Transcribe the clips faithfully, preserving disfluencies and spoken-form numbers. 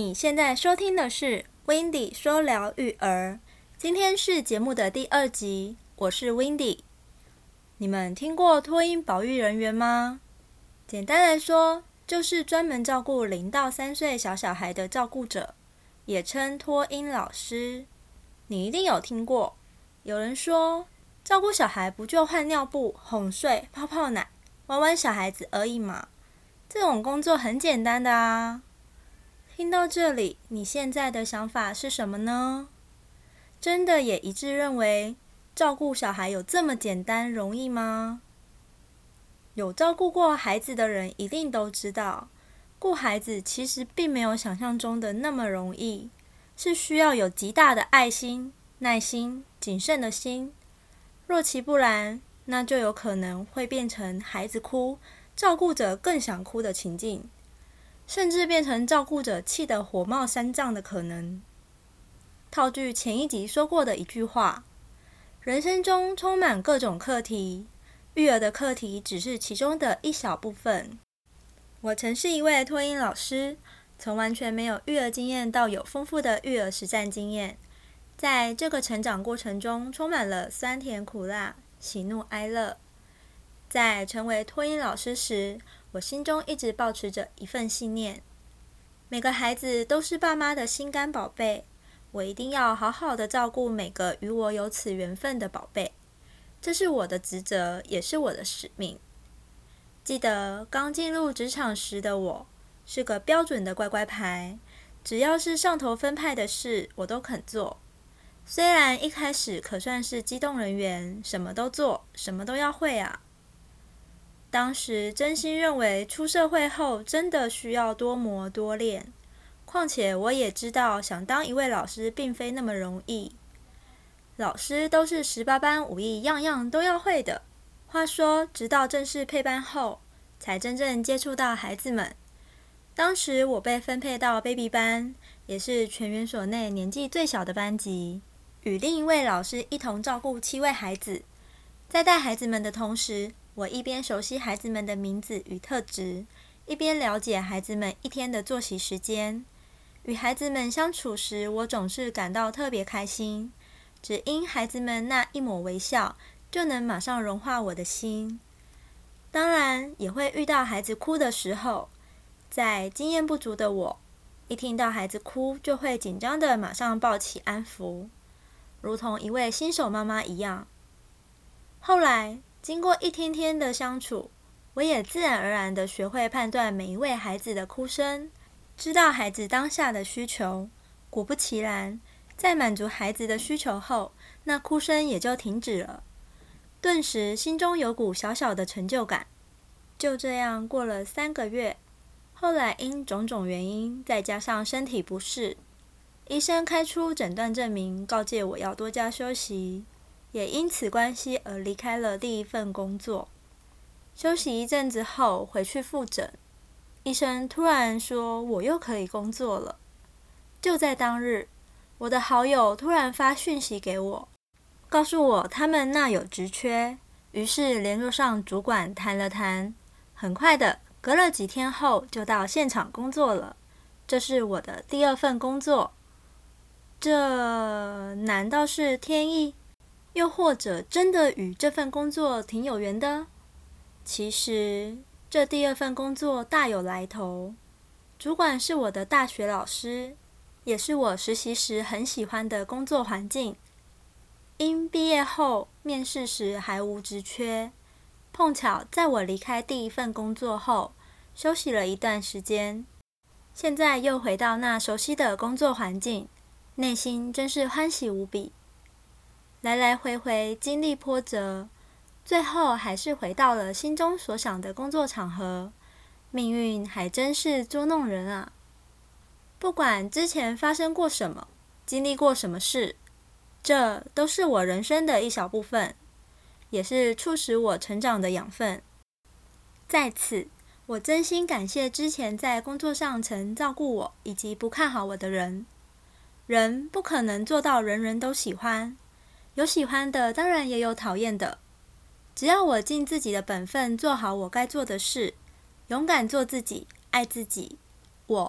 你现在收听的是 Windy 说疗育儿，今天是节目的第二集，我是 Windy。你们听过托婴保育人员吗？简单来说，就是专门照顾零到三岁小小孩的照顾者，也称托婴老师。你一定有听过，有人说，照顾小孩不就换尿布、哄睡、泡泡奶、玩玩小孩子而已嘛？这种工作很简单的啊。听到这里，你现在的想法是什么呢？真的也一致认为照顾小孩有这么简单容易吗？有照顾过孩子的人一定都知道，顾孩子其实并没有想象中的那么容易，是需要有极大的爱心、耐心、谨慎的心。若其不然，那就有可能会变成孩子哭，照顾者更想哭的情境，甚至变成照顾者气得火冒三丈的可能。套句前一集说过的一句话，人生中充满各种课题，育儿的课题只是其中的一小部分。我曾是一位托婴老师，从完全没有育儿经验到有丰富的育儿实战经验，在这个成长过程中充满了酸甜苦辣、喜怒哀乐。在成为托婴老师时，我心中一直抱持着一份信念，每个孩子都是爸妈的心肝宝贝，我一定要好好的照顾每个与我有此缘分的宝贝，这是我的职责，也是我的使命。记得刚进入职场时的我，是个标准的乖乖牌，只要是上头分派的事，我都肯做。虽然一开始可算是机动人员，什么都做，什么都要会啊。当时真心认为出社会后真的需要多磨多练，况且我也知道想当一位老师并非那么容易。老师都是十八般武艺，样样都要会的。话说，直到正式配班后，才真正接触到孩子们。当时我被分配到 baby 班，也是全园所内年纪最小的班级，与另一位老师一同照顾七位孩子。在带孩子们的同时，我一边熟悉孩子们的名字与特质，一边了解孩子们一天的作息时间。与孩子们相处时，我总是感到特别开心，只因孩子们那一抹微笑，就能马上融化我的心。当然，也会遇到孩子哭的时候，在经验不足的我，一听到孩子哭，就会紧张的马上抱起安抚，如同一位新手妈妈一样。后来经过一天天的相处，我也自然而然地学会判断每一位孩子的哭声，知道孩子当下的需求。果不其然，在满足孩子的需求后，那哭声也就停止了。顿时心中有股小小的成就感。就这样过了三个月，后来因种种原因，再加上身体不适，医生开出诊断证明，告诫我要多加休息。也因此关系而离开了第一份工作。休息一阵子后回去复诊，医生突然说我又可以工作了。就在当日，我的好友突然发讯息给我，告诉我他们那有职缺，于是联络上主管谈了谈，很快的，隔了几天后就到现场工作了。这是我的第二份工作。这难道是天意？又或者真的与这份工作挺有缘的？其实这第二份工作大有来头，主管是我的大学老师，也是我实习时很喜欢的工作环境。因毕业后面试时还无职缺，碰巧在我离开第一份工作后休息了一段时间，现在又回到那熟悉的工作环境，内心真是欢喜无比。来来回回经历波折，最后还是回到了心中所想的工作场合。命运还真是捉弄人啊！不管之前发生过什么，经历过什么事，这都是我人生的一小部分，也是促使我成长的养分。在此，我真心感谢之前在工作上曾照顾我以及不看好我的人。人不可能做到人人都喜欢，有喜欢的，当然也有讨厌的。只要我尽自己的本分，做好我该做的事，勇敢做自己，爱自己，我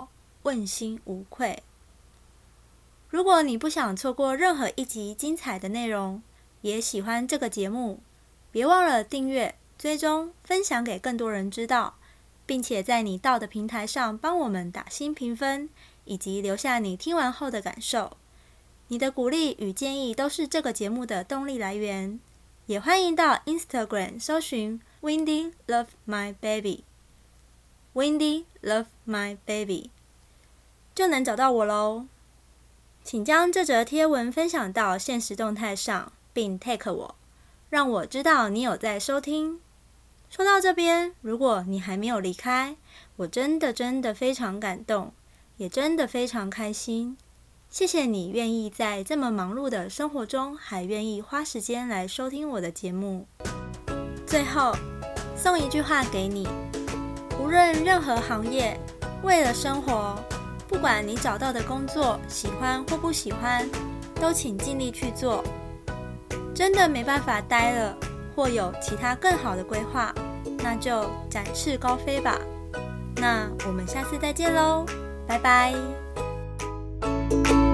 问心无愧。如果你不想错过任何一集精彩的内容，也喜欢这个节目，别忘了订阅、追踪、分享给更多人知道，并且在你到的平台上帮我们打星评分，以及留下你听完后的感受。你的鼓励与建议都是这个节目的动力来源。也欢迎到 Instagram 搜寻 Windy Love My Baby Windy Love My Baby 就能找到我咯。请将这则贴文分享到限时动态上，并 tag 我，让我知道你有在收听。说到这边，如果你还没有离开，我真的真的非常感动，也真的非常开心。谢谢你愿意在这么忙碌的生活中，还愿意花时间来收听我的节目。最后，送一句话给你：无论任何行业，为了生活，不管你找到的工作喜欢或不喜欢，都请尽力去做。真的没办法待了，或有其他更好的规划，那就展翅高飞吧。那我们下次再见咯，拜拜。